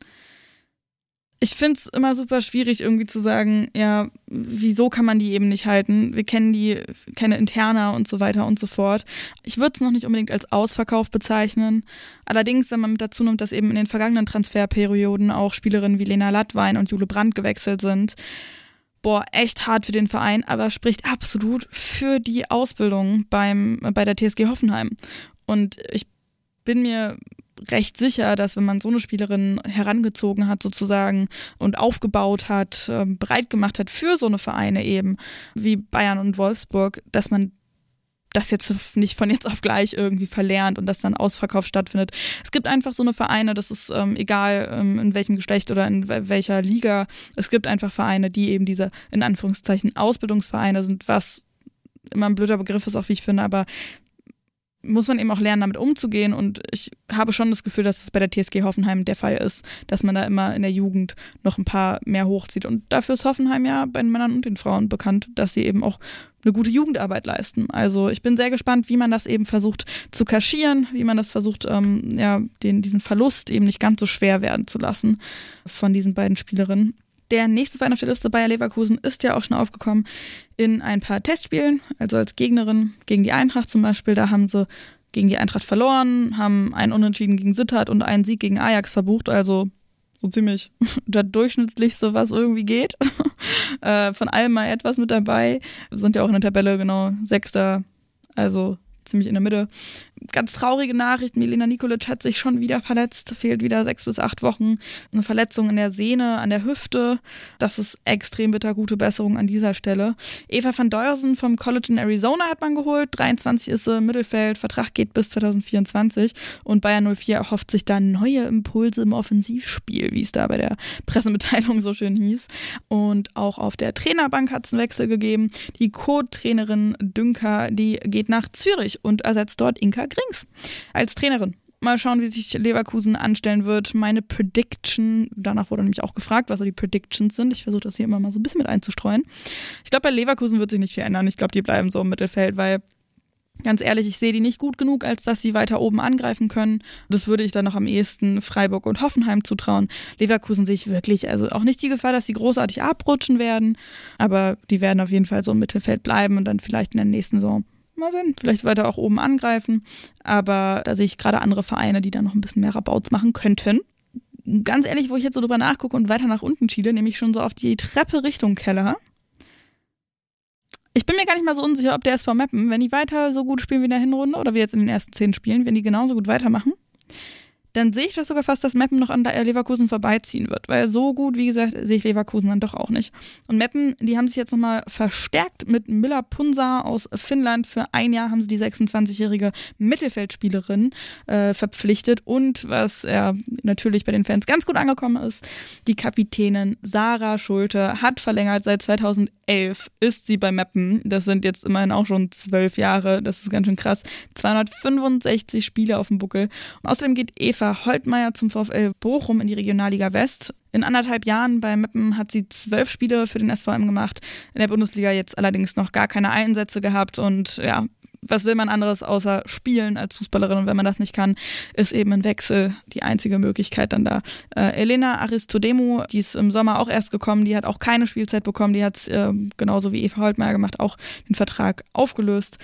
Ich finde es immer super schwierig irgendwie zu sagen, ja, wieso kann man die eben nicht halten? Wir kennen die, keine Interna und so weiter und so fort. Ich würde es noch nicht unbedingt als Ausverkauf bezeichnen. Allerdings, wenn man mit dazu nimmt, dass eben in den vergangenen Transferperioden auch Spielerinnen wie Lena Lattwein und Jule Brandt gewechselt sind, boah, echt hart für den Verein, aber spricht absolut für die Ausbildung beim, bei der T S G Hoffenheim. Und ich bin mir recht sicher, dass wenn man so eine Spielerin herangezogen hat sozusagen und aufgebaut hat, äh, bereit gemacht hat für so eine Vereine eben wie Bayern und Wolfsburg, dass man das jetzt nicht von jetzt auf gleich irgendwie verlernt und dass dann Ausverkauf stattfindet. Es gibt einfach so eine Vereine, das ist ähm, egal ähm, in welchem Geschlecht oder in welcher Liga, es gibt einfach Vereine, die eben diese in Anführungszeichen Ausbildungsvereine sind, was immer ein blöder Begriff ist auch, wie ich finde, aber muss man eben auch lernen, damit umzugehen und ich habe schon das Gefühl, dass es bei der T S G Hoffenheim der Fall ist, dass man da immer in der Jugend noch ein paar mehr hochzieht und dafür ist Hoffenheim ja bei den Männern und den Frauen bekannt, dass sie eben auch eine gute Jugendarbeit leisten. Also ich bin sehr gespannt, wie man das eben versucht zu kaschieren, wie man das versucht, ähm, ja, den, diesen Verlust eben nicht ganz so schwer werden zu lassen von diesen beiden Spielerinnen. Der nächste Verein auf der Liste, Bayer Leverkusen, ist ja auch schon aufgekommen in ein paar Testspielen, also als Gegnerin gegen die Eintracht zum Beispiel. Da haben sie gegen die Eintracht verloren, haben einen Unentschieden gegen Sittard und einen Sieg gegen Ajax verbucht, also so ziemlich das Durchschnittlichste, was irgendwie geht. äh, von allem mal etwas mit dabei. Wir sind ja auch in der Tabelle genau Sechster, also ziemlich in der Mitte. Ganz traurige Nachricht, Milena Nikolic hat sich schon wieder verletzt, fehlt wieder sechs bis acht Wochen. Eine Verletzung in der Sehne, an der Hüfte. Das ist extrem bitter, gute Besserung an dieser Stelle. Eva van Deursen vom College in Arizona hat man geholt. dreiundzwanzig ist sie, Mittelfeld, Vertrag geht bis zwanzig vierundzwanzig und Bayern null vier erhofft sich da neue Impulse im Offensivspiel, wie es da bei der Pressemitteilung so schön hieß. Und auch auf der Trainerbank hat es einen Wechsel gegeben. Die Co-Trainerin Dünker, die geht nach Zürich und ersetzt dort Inka Grings als Trainerin. Mal schauen, wie sich Leverkusen anstellen wird. Meine Prediction, danach wurde nämlich auch gefragt, was so die Predictions sind. Ich versuche das hier immer mal so ein bisschen mit einzustreuen. Ich glaube, bei Leverkusen wird sich nicht viel ändern. Ich glaube, die bleiben so im Mittelfeld, weil ganz ehrlich, ich sehe die nicht gut genug, als dass sie weiter oben angreifen können. Das würde ich dann noch am ehesten Freiburg und Hoffenheim zutrauen. Leverkusen sehe ich wirklich, also auch nicht die Gefahr, dass sie großartig abrutschen werden, aber die werden auf jeden Fall so im Mittelfeld bleiben und dann vielleicht in der nächsten Saison mal sehen, vielleicht weiter auch oben angreifen, aber da sehe ich gerade andere Vereine, die da noch ein bisschen mehr Rabauts machen könnten. Ganz ehrlich, wo ich jetzt so drüber nachgucke und weiter nach unten schiele, nämlich schon so auf die Treppe Richtung Keller. Ich bin mir gar nicht mal so unsicher, ob der S V Meppen, wenn die weiter so gut spielen wie in der Hinrunde oder wie jetzt in den ersten zehn Spielen, wenn die genauso gut weitermachen, dann sehe ich das sogar fast, dass Meppen noch an Leverkusen vorbeiziehen wird. Weil so gut, wie gesagt, sehe ich Leverkusen dann doch auch nicht. Und Meppen, die haben sich jetzt nochmal verstärkt mit Milla Punsa aus Finnland. Für ein Jahr haben sie die sechsundzwanzigjährige Mittelfeldspielerin äh, verpflichtet. Und was ja natürlich bei den Fans ganz gut angekommen ist, die Kapitänin Sarah Schulte hat verlängert. Seit zweitausendelf ist sie bei Meppen. Das sind jetzt immerhin auch schon zwölf Jahre. Das ist ganz schön krass. zweihundertfünfundsechzig Spiele auf dem Buckel. Und außerdem geht Eva Holtmeier zum VfL Bochum in die Regionalliga West. In anderthalb Jahren bei Meppen hat sie zwölf Spiele für den S V M gemacht. In der Bundesliga jetzt allerdings noch gar keine Einsätze gehabt. Und ja, was will man anderes außer spielen als Fußballerin? Und wenn man das nicht kann, ist eben ein Wechsel die einzige Möglichkeit dann da. Äh, Elena Aristodemou, die ist im Sommer auch erst gekommen, die hat auch keine Spielzeit bekommen. Die hat es äh, genauso wie Eva Holtmeier gemacht, auch den Vertrag aufgelöst.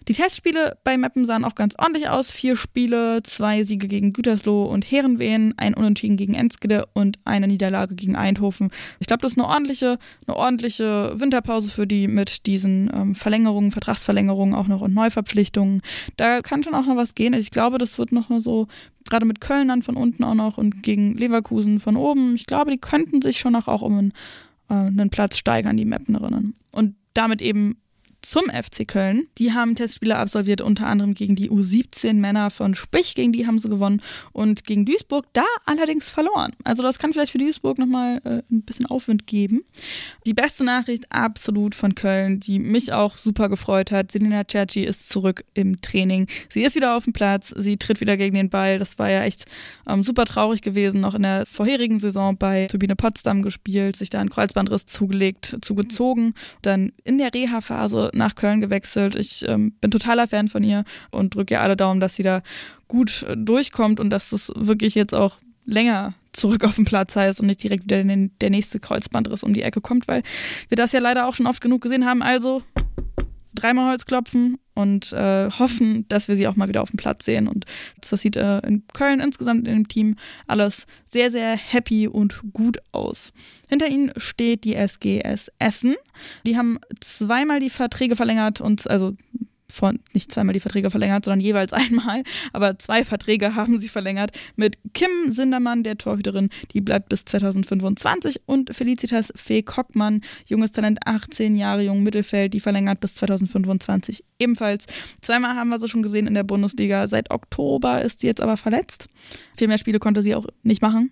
Die Testspiele bei Meppen sahen auch ganz ordentlich aus. Vier Spiele, zwei Siege gegen Gütersloh und Heerenveen, ein Unentschieden gegen Enskede und eine Niederlage gegen Eindhoven. Ich glaube, das ist eine ordentliche, eine ordentliche Winterpause für die mit diesen ähm, Verlängerungen, Vertragsverlängerungen auch noch und Neuverpflichtungen. Da kann schon auch noch was gehen. Ich glaube, das wird noch mal so, gerade mit Köln dann von unten auch noch und gegen Leverkusen von oben. Ich glaube, die könnten sich schon noch auch um einen, äh, einen Platz steigern, die Meppenerinnen. Und damit eben zum F C Köln. Die haben Testspiele absolviert, unter anderem gegen die U siebzehn Männer von Spich, gegen die haben sie gewonnen und gegen Duisburg da allerdings verloren. Also das kann vielleicht für Duisburg nochmal äh, ein bisschen Aufwind geben. Die beste Nachricht absolut von Köln, die mich auch super gefreut hat. Selina Cerci ist zurück im Training. Sie ist wieder auf dem Platz, sie tritt wieder gegen den Ball. Das war ja echt ähm, super traurig gewesen, noch in der vorherigen Saison bei Turbine Potsdam gespielt, sich da einen Kreuzbandriss zugelegt, zugezogen, dann in der Reha-Phase nach Köln gewechselt. Ich ähm, bin totaler Fan von ihr und drücke ihr alle Daumen, dass sie da gut äh, durchkommt und dass das wirklich jetzt auch länger zurück auf den Platz heißt und nicht direkt wieder den, der nächste Kreuzbandriss um die Ecke kommt, weil wir das ja leider auch schon oft genug gesehen haben. Also dreimal Holz klopfen und äh, hoffen, dass wir sie auch mal wieder auf dem Platz sehen. Und das sieht äh, in Köln insgesamt in dem Team alles sehr, sehr happy und gut aus. Hinter ihnen steht die S G S Essen. Die haben zweimal die Verträge verlängert und also von nicht zweimal die Verträge verlängert, sondern jeweils einmal, aber zwei Verträge haben sie verlängert mit Kim Sindermann, der Torhüterin, die bleibt bis zwanzig fünfundzwanzig und Felicitas Fee-Kockmann, junges Talent, achtzehn Jahre jung, Mittelfeld, die verlängert bis zwanzig fünfundzwanzig ebenfalls. Zweimal haben wir sie schon gesehen in der Bundesliga, seit Oktober ist sie jetzt aber verletzt. Viel mehr Spiele konnte sie auch nicht machen.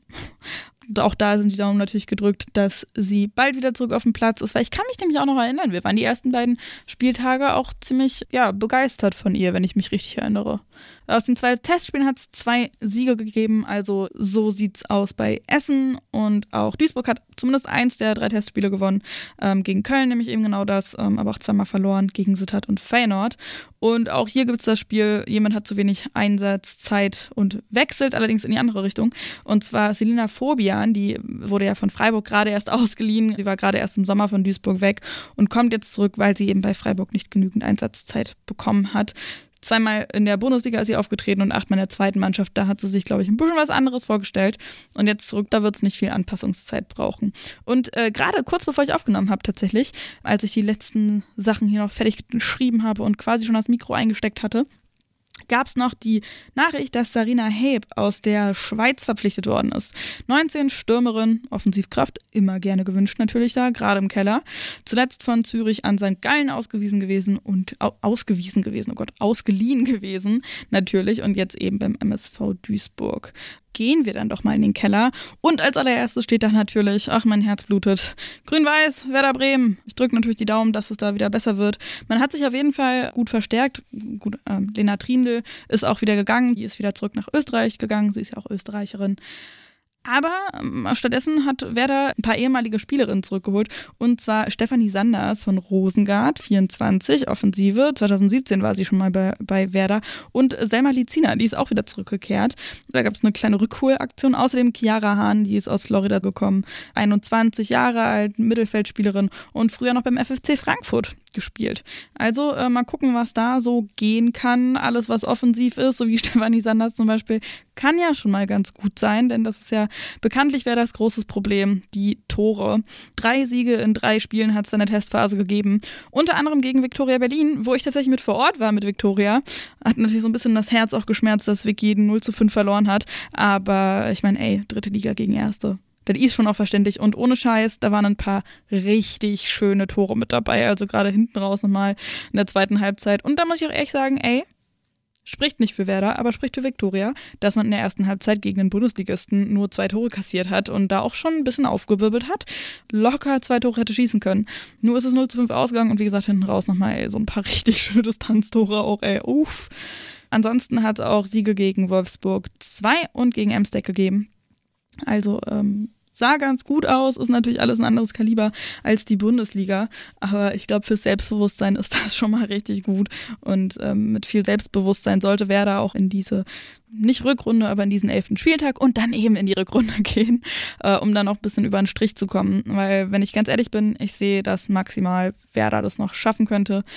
Auch da sind die Daumen natürlich gedrückt, dass sie bald wieder zurück auf den Platz ist, weil ich kann mich nämlich auch noch erinnern, wir waren die ersten beiden Spieltage auch ziemlich ja, begeistert von ihr, wenn ich mich richtig erinnere. Aus den zwei Testspielen hat es zwei Siege gegeben, also so sieht's aus bei Essen und auch Duisburg hat zumindest eins der drei Testspiele gewonnen, ähm, gegen Köln nämlich eben genau das, ähm, aber auch zweimal verloren gegen Sittard und Feyenoord. Und auch hier gibt es das Spiel, jemand hat zu wenig Einsatzzeit und wechselt allerdings in die andere Richtung. Und zwar Selina Fobian, die wurde ja von Freiburg gerade erst ausgeliehen. Sie war gerade erst im Sommer von Duisburg weg und kommt jetzt zurück, weil sie eben bei Freiburg nicht genügend Einsatzzeit bekommen hat. Zweimal in der Bundesliga ist sie aufgetreten und achtmal in der zweiten Mannschaft. Da hat sie sich, glaube ich, ein bisschen was anderes vorgestellt. Und jetzt zurück, da wird es nicht viel Anpassungszeit brauchen. Und äh, gerade kurz bevor ich aufgenommen habe tatsächlich, als ich die letzten Sachen hier noch fertig geschrieben habe und quasi schon das Mikro eingesteckt hatte, gab es noch die Nachricht, dass Sarina Heb aus der Schweiz verpflichtet worden ist. neunzehn, Stürmerin, Offensivkraft, immer gerne gewünscht natürlich da, gerade im Keller. Zuletzt von Zürich an Sankt Gallen ausgewiesen gewesen und au, ausgewiesen gewesen, oh Gott, ausgeliehen gewesen natürlich und jetzt eben beim M S V Duisburg. Gehen wir dann doch mal in den Keller. Und als allererstes steht da natürlich, ach, mein Herz blutet, Grün-Weiß, Werder Bremen. Ich drücke natürlich die Daumen, dass es da wieder besser wird. Man hat sich auf jeden Fall gut verstärkt. Gut, äh, Lena Triendl ist auch wieder gegangen. Die ist wieder zurück nach Österreich gegangen. Sie ist ja auch Österreicherin. Aber ähm, stattdessen hat Werder ein paar ehemalige Spielerinnen zurückgeholt. Und zwar Stefanie Sanders von Rosengart, vierundzwanzig, Offensive. zwanzig siebzehn war sie schon mal bei, bei Werder. Und Selma Lizina, die ist auch wieder zurückgekehrt. Da gab es eine kleine Rückholaktion. Außerdem Chiara Hahn, die ist aus Florida gekommen. einundzwanzig Jahre alt, Mittelfeldspielerin und früher noch beim F F C Frankfurt gespielt. Also äh, mal gucken, was da so gehen kann. Alles, was offensiv ist, so wie Stefanie Sanders zum Beispiel, kann ja schon mal ganz gut sein, denn das ist ja bekanntlich wäre das großes Problem, die Tore. Drei Siege in drei Spielen hat es in der Testphase gegeben. Unter anderem gegen Viktoria Berlin, wo ich tatsächlich mit vor Ort war mit Viktoria. Hat natürlich so ein bisschen das Herz auch geschmerzt, dass Vicky null zu fünf verloren hat. Aber ich meine, ey, dritte Liga gegen erste. Das ist schon auch verständlich. Und ohne Scheiß, da waren ein paar richtig schöne Tore mit dabei. Also gerade hinten raus nochmal in der zweiten Halbzeit. Und da muss ich auch ehrlich sagen, ey, spricht nicht für Werder, aber spricht für Viktoria, dass man in der ersten Halbzeit gegen den Bundesligisten nur zwei Tore kassiert hat und da auch schon ein bisschen aufgewirbelt hat. Locker zwei Tore hätte schießen können. Nur ist es null zu fünf ausgegangen und wie gesagt, hinten raus nochmal ey, so ein paar richtig schöne Distanztore auch, ey, uff. Ansonsten hat es auch Siege gegen Wolfsburg zwei und gegen Emsdeck gegeben. Also, ähm, sah ganz gut aus, ist natürlich alles ein anderes Kaliber als die Bundesliga, aber ich glaube, fürs Selbstbewusstsein ist das schon mal richtig gut und ähm, mit viel Selbstbewusstsein sollte Werder auch in diese, nicht Rückrunde, aber in diesen elften Spieltag und dann eben in die Rückrunde gehen, äh, um dann auch ein bisschen über den Strich zu kommen, weil wenn ich ganz ehrlich bin, ich sehe, dass maximal Werder das noch schaffen könnte.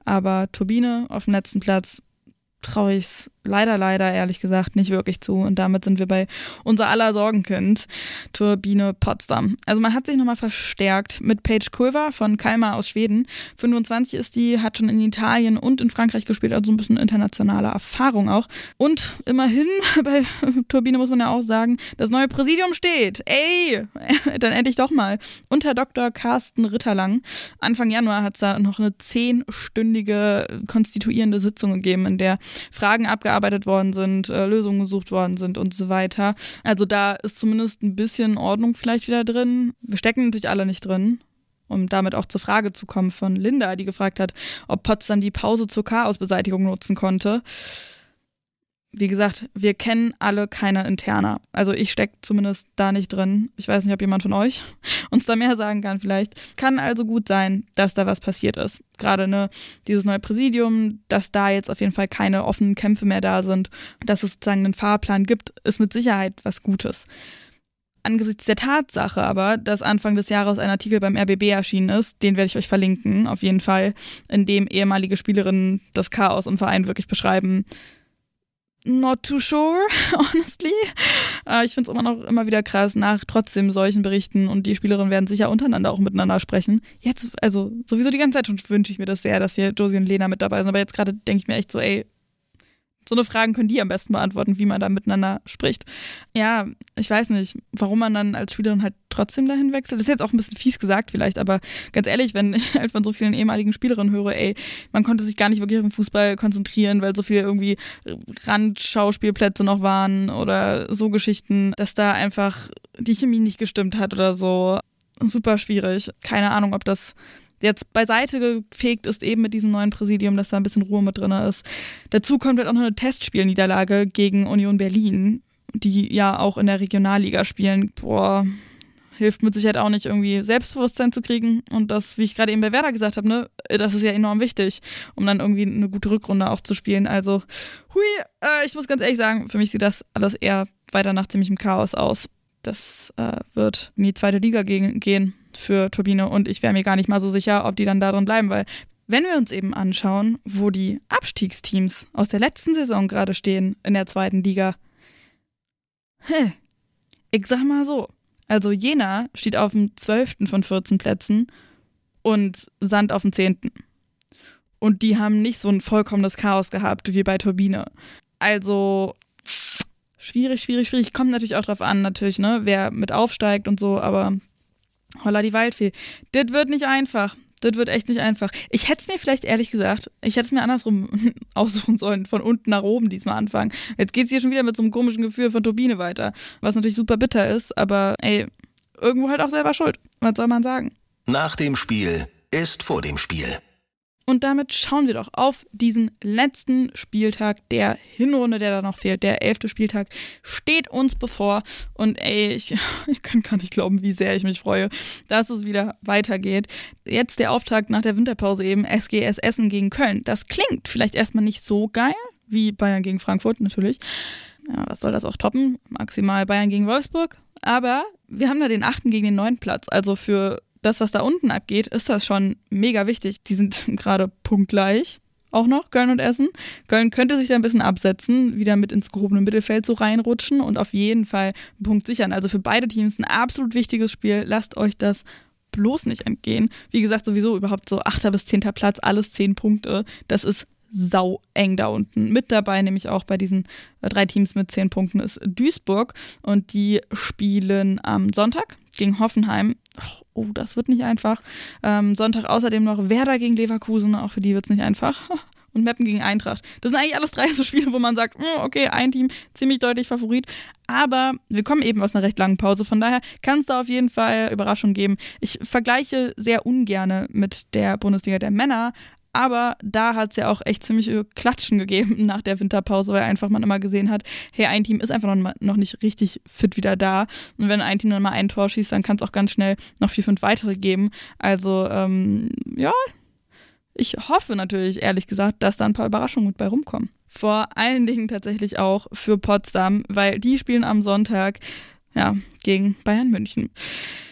Aber Turbine auf dem letzten Platz traue ich es leider, leider, ehrlich gesagt, nicht wirklich zu. Und damit sind wir bei unser aller Sorgenkind, Turbine Potsdam. Also man hat sich nochmal verstärkt mit Paige Kulver von Kalmar aus Schweden. fünfundzwanzig ist die, hat schon in Italien und in Frankreich gespielt, also ein bisschen internationale Erfahrung auch. Und immerhin, bei Turbine muss man ja auch sagen, das neue Präsidium steht. Ey, dann endlich doch mal. Unter Doktor Carsten Ritterlang. Anfang Januar hat es da noch eine zehnstündige konstituierende Sitzung gegeben, in der Fragen abgearbeitet worden sind, äh, Lösungen gesucht worden sind und so weiter. Also da ist zumindest ein bisschen Ordnung vielleicht wieder drin. Wir stecken natürlich alle nicht drin, um damit auch zur Frage zu kommen von Linda, die gefragt hat, ob Potsdam die Pause zur Chaosbeseitigung nutzen konnte. Wie gesagt, wir kennen alle keine Interna. Also ich stecke zumindest da nicht drin. Ich weiß nicht, ob jemand von euch uns da mehr sagen kann vielleicht. Kann also gut sein, dass da was passiert ist. Gerade ne, dieses neue Präsidium, dass da jetzt auf jeden Fall keine offenen Kämpfe mehr da sind, dass es sozusagen einen Fahrplan gibt, ist mit Sicherheit was Gutes. Angesichts der Tatsache aber, dass Anfang des Jahres ein Artikel beim R B B erschienen ist, den werde ich euch verlinken, auf jeden Fall, in dem ehemalige Spielerinnen das Chaos im Verein wirklich beschreiben. Not too sure, honestly. Äh, ich finde es immer noch immer wieder krass, nach trotzdem solchen Berichten, und die Spielerinnen werden sicher untereinander auch miteinander sprechen. Jetzt, also sowieso die ganze Zeit schon wünsche ich mir das sehr, dass hier Josie und Lena mit dabei sind, aber jetzt gerade denke ich mir echt so, ey, so eine Fragen können die am besten beantworten, wie man da miteinander spricht. Ja, ich weiß nicht, warum man dann als Spielerin halt trotzdem dahin wechselt. Das ist jetzt auch ein bisschen fies gesagt vielleicht, aber ganz ehrlich, wenn ich halt von so vielen ehemaligen Spielerinnen höre, ey, man konnte sich gar nicht wirklich auf den Fußball konzentrieren, weil so viele irgendwie Randschauspielplätze noch waren oder so Geschichten, dass da einfach die Chemie nicht gestimmt hat oder so. Super schwierig. Keine Ahnung, ob das jetzt beiseite gefegt ist, eben mit diesem neuen Präsidium, dass da ein bisschen Ruhe mit drin ist. Dazu kommt halt auch noch eine Testspielniederlage gegen Union Berlin, die ja auch in der Regionalliga spielen. Boah, hilft mit Sicherheit auch nicht, irgendwie Selbstbewusstsein zu kriegen. Und das, wie ich gerade eben bei Werder gesagt habe, ne, das ist ja enorm wichtig, um dann irgendwie eine gute Rückrunde auch zu spielen. Also, hui, äh, ich muss ganz ehrlich sagen, für mich sieht das alles eher weiter nach ziemlichem Chaos aus. Das äh, wird in die zweite Liga gehen. gehen. für Turbine, und ich wäre mir gar nicht mal so sicher, ob die dann da drin bleiben, weil wenn wir uns eben anschauen, wo die Abstiegsteams aus der letzten Saison gerade stehen in der zweiten Liga, hä, ich sag mal so, also Jena steht auf dem zwölften von vierzehn Plätzen und Sand auf dem zehnten Und die haben nicht so ein vollkommenes Chaos gehabt wie bei Turbine. Also schwierig, schwierig, schwierig. Kommt natürlich auch drauf an, natürlich, ne, wer mit aufsteigt und so, aber holla die Waldfee. Das wird nicht einfach. Das wird echt nicht einfach. Ich hätte es mir vielleicht ehrlich gesagt, ich hätte es mir andersrum aussuchen sollen, von unten nach oben diesmal anfangen. Jetzt geht es hier schon wieder mit so einem komischen Gefühl von Turbine weiter, was natürlich super bitter ist, aber ey, irgendwo halt auch selber schuld. Was soll man sagen? Nach dem Spiel ist vor dem Spiel. Und damit schauen wir doch auf diesen letzten Spieltag der Hinrunde, der da noch fehlt. Der elfte Spieltag steht uns bevor. Und ey, ich, ich kann gar nicht glauben, wie sehr ich mich freue, dass es wieder weitergeht. Jetzt der Auftakt nach der Winterpause eben, S G S Essen gegen Köln. Das klingt vielleicht erstmal nicht so geil, wie Bayern gegen Frankfurt natürlich. Ja, was soll das auch toppen? Maximal Bayern gegen Wolfsburg. Aber wir haben da den achten gegen den neunten Platz. Also für das, was da unten abgeht, ist das schon mega wichtig. Die sind gerade punktgleich, auch noch, Köln und Essen. Köln könnte sich da ein bisschen absetzen, wieder mit ins gehobene Mittelfeld so reinrutschen und auf jeden Fall einen Punkt sichern. Also für beide Teams ein absolut wichtiges Spiel. Lasst euch das bloß nicht entgehen. Wie gesagt, sowieso überhaupt so achter bis zehnter Platz, alles zehn Punkte. Das ist sau eng da unten. Mit dabei, nämlich auch bei diesen äh, drei Teams mit zehn Punkten, ist Duisburg. Und die spielen am Sonntag gegen Hoffenheim. Oh, das wird nicht einfach. Ähm, Sonntag außerdem noch Werder gegen Leverkusen. Auch für die wird es nicht einfach. Und Meppen gegen Eintracht. Das sind eigentlich alles drei so Spiele, wo man sagt, okay, ein Team ziemlich deutlich Favorit. Aber wir kommen eben aus einer recht langen Pause. Von daher kann es da auf jeden Fall Überraschungen geben. Ich vergleiche sehr ungerne mit der Bundesliga der Männer. Aber da hat es ja auch echt ziemlich Klatschen gegeben nach der Winterpause, weil einfach man immer gesehen hat, hey, ein Team ist einfach noch, noch nicht richtig fit wieder da. Und wenn ein Team dann mal ein Tor schießt, dann kann es auch ganz schnell noch vier, fünf weitere geben. Also, ähm, ja, ich hoffe natürlich, ehrlich gesagt, dass da ein paar Überraschungen mit bei rumkommen. Vor allen Dingen tatsächlich auch für Potsdam, weil die spielen am Sonntag, ja, gegen Bayern München.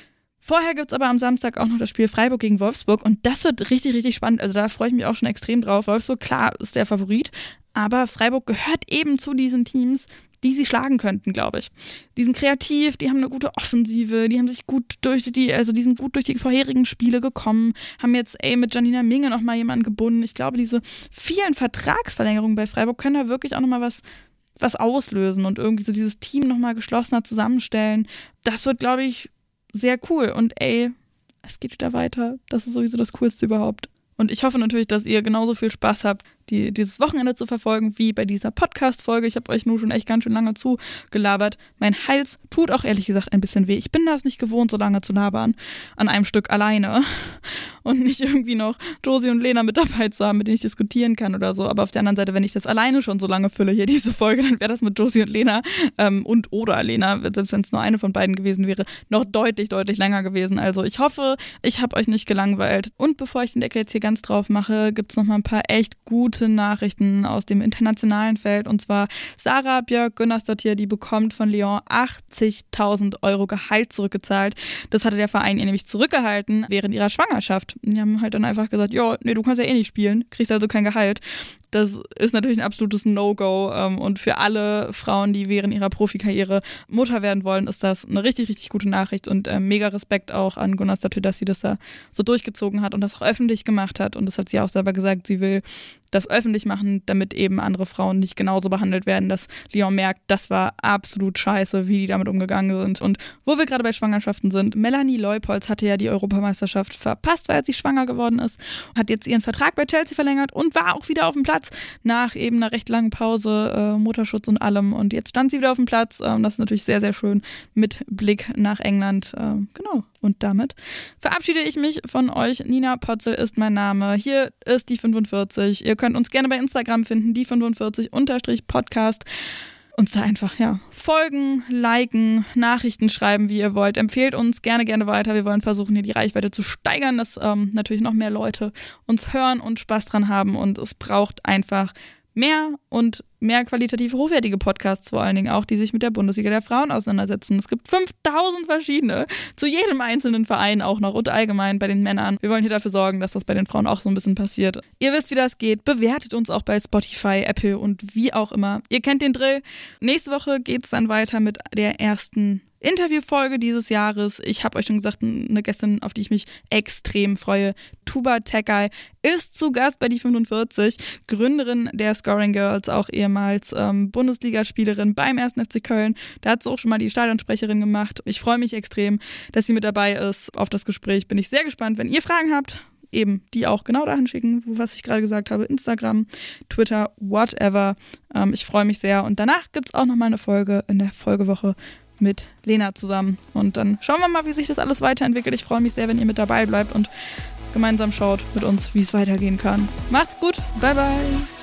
Vorher gibt es aber am Samstag auch noch das Spiel Freiburg gegen Wolfsburg und das wird richtig, richtig spannend. Also da freue ich mich auch schon extrem drauf. Wolfsburg, klar, ist der Favorit, aber Freiburg gehört eben zu diesen Teams, die sie schlagen könnten, glaube ich. Die sind kreativ, die haben eine gute Offensive, die haben sich gut durch die, also die sind gut durch die vorherigen Spiele gekommen, haben jetzt ey, mit Janina Minge nochmal jemanden gebunden. Ich glaube, diese vielen Vertragsverlängerungen bei Freiburg können da wirklich auch nochmal was was auslösen und irgendwie so dieses Team nochmal geschlossener zusammenstellen. Das wird, glaube ich, sehr cool. Und ey, es geht wieder weiter. Das ist sowieso das Coolste überhaupt. Und ich hoffe natürlich, dass ihr genauso viel Spaß habt, die, dieses Wochenende zu verfolgen, wie bei dieser Podcast-Folge. Ich habe euch nur schon echt ganz schön lange zugelabert. Mein Hals tut auch ehrlich gesagt ein bisschen weh. Ich bin das nicht gewohnt, so lange zu labern an einem Stück alleine und nicht irgendwie noch Josie und Lena mit dabei zu haben, mit denen ich diskutieren kann oder so. Aber auf der anderen Seite, wenn ich das alleine schon so lange fülle, hier diese Folge, dann wäre das mit Josie und Lena ähm, und oder Lena, selbst wenn es nur eine von beiden gewesen wäre, noch deutlich, deutlich länger gewesen. Also ich hoffe, ich habe euch nicht gelangweilt. Und bevor ich den Deckel jetzt hier ganz drauf mache, gibt es noch mal ein paar echt gute Nachrichten aus dem internationalen Feld. Und zwar Sarah Björk Gunnarsdottir, die bekommt von Lyon achtzigtausend Euro Gehalt zurückgezahlt. Das hatte der Verein ihr nämlich zurückgehalten während ihrer Schwangerschaft. Die haben halt dann einfach gesagt, ja, nee, du kannst ja eh nicht spielen, kriegst also kein Gehalt. Das ist natürlich ein absolutes No-Go ähm, und für alle Frauen, die während ihrer Profikarriere Mutter werden wollen, ist das eine richtig, richtig gute Nachricht und äh, mega Respekt auch an Gunnarsdottir, dass sie das da so durchgezogen hat und das auch öffentlich gemacht hat und das hat sie auch selber gesagt, sie will das öffentlich machen, damit eben andere Frauen nicht genauso behandelt werden, dass Lyon merkt, das war absolut scheiße, wie die damit umgegangen sind. Und wo wir gerade bei Schwangerschaften sind, Melanie Leupolz hatte ja die Europameisterschaft verpasst, weil sie schwanger geworden ist, hat jetzt ihren Vertrag bei Chelsea verlängert und war auch wieder auf dem Platz nach eben einer recht langen Pause, äh, Mutterschutz und allem. Und jetzt stand sie wieder auf dem Platz. Ähm, das ist natürlich sehr, sehr schön mit Blick nach England. Ähm, genau. Und damit verabschiede ich mich von euch. Nina Potzel ist mein Name. Hier ist die fünfundvierzig. Ihr könnt uns gerne bei Instagram finden, die fünfundvierzig unterstrich Podcast. Uns da einfach, ja, folgen, liken, Nachrichten schreiben, wie ihr wollt. Empfehlt uns gerne, gerne weiter. Wir wollen versuchen, hier die Reichweite zu steigern, dass ähm, natürlich noch mehr Leute uns hören und Spaß dran haben. Und es braucht einfach mehr und mehr qualitativ hochwertige Podcasts vor allen Dingen auch, die sich mit der Bundesliga der Frauen auseinandersetzen. Es gibt fünftausend verschiedene, zu jedem einzelnen Verein auch noch und allgemein bei den Männern. Wir wollen hier dafür sorgen, dass das bei den Frauen auch so ein bisschen passiert. Ihr wisst, wie das geht. Bewertet uns auch bei Spotify, Apple und wie auch immer. Ihr kennt den Drill. Nächste Woche geht es dann weiter mit der ersten Interviewfolge dieses Jahres. Ich habe euch schon gesagt, eine Gästin, auf die ich mich extrem freue. Tuba Tekay ist zu Gast bei die fünfundvierzig, Gründerin der Scoring Girls, auch ehemals ähm, Bundesligaspielerin beim ersten F C Köln. Da hat sie auch schon mal die Stadionsprecherin gemacht. Ich freue mich extrem, dass sie mit dabei ist. Auf das Gespräch bin ich sehr gespannt. Wenn ihr Fragen habt, eben die auch genau dahin schicken, was ich gerade gesagt habe. Instagram, Twitter, whatever. Ähm, ich freue mich sehr. Und danach gibt es auch nochmal eine Folge in der Folgewoche mit Lena zusammen. Und dann schauen wir mal, wie sich das alles weiterentwickelt. Ich freue mich sehr, wenn ihr mit dabei bleibt und gemeinsam schaut mit uns, wie es weitergehen kann. Macht's gut. Bye, bye.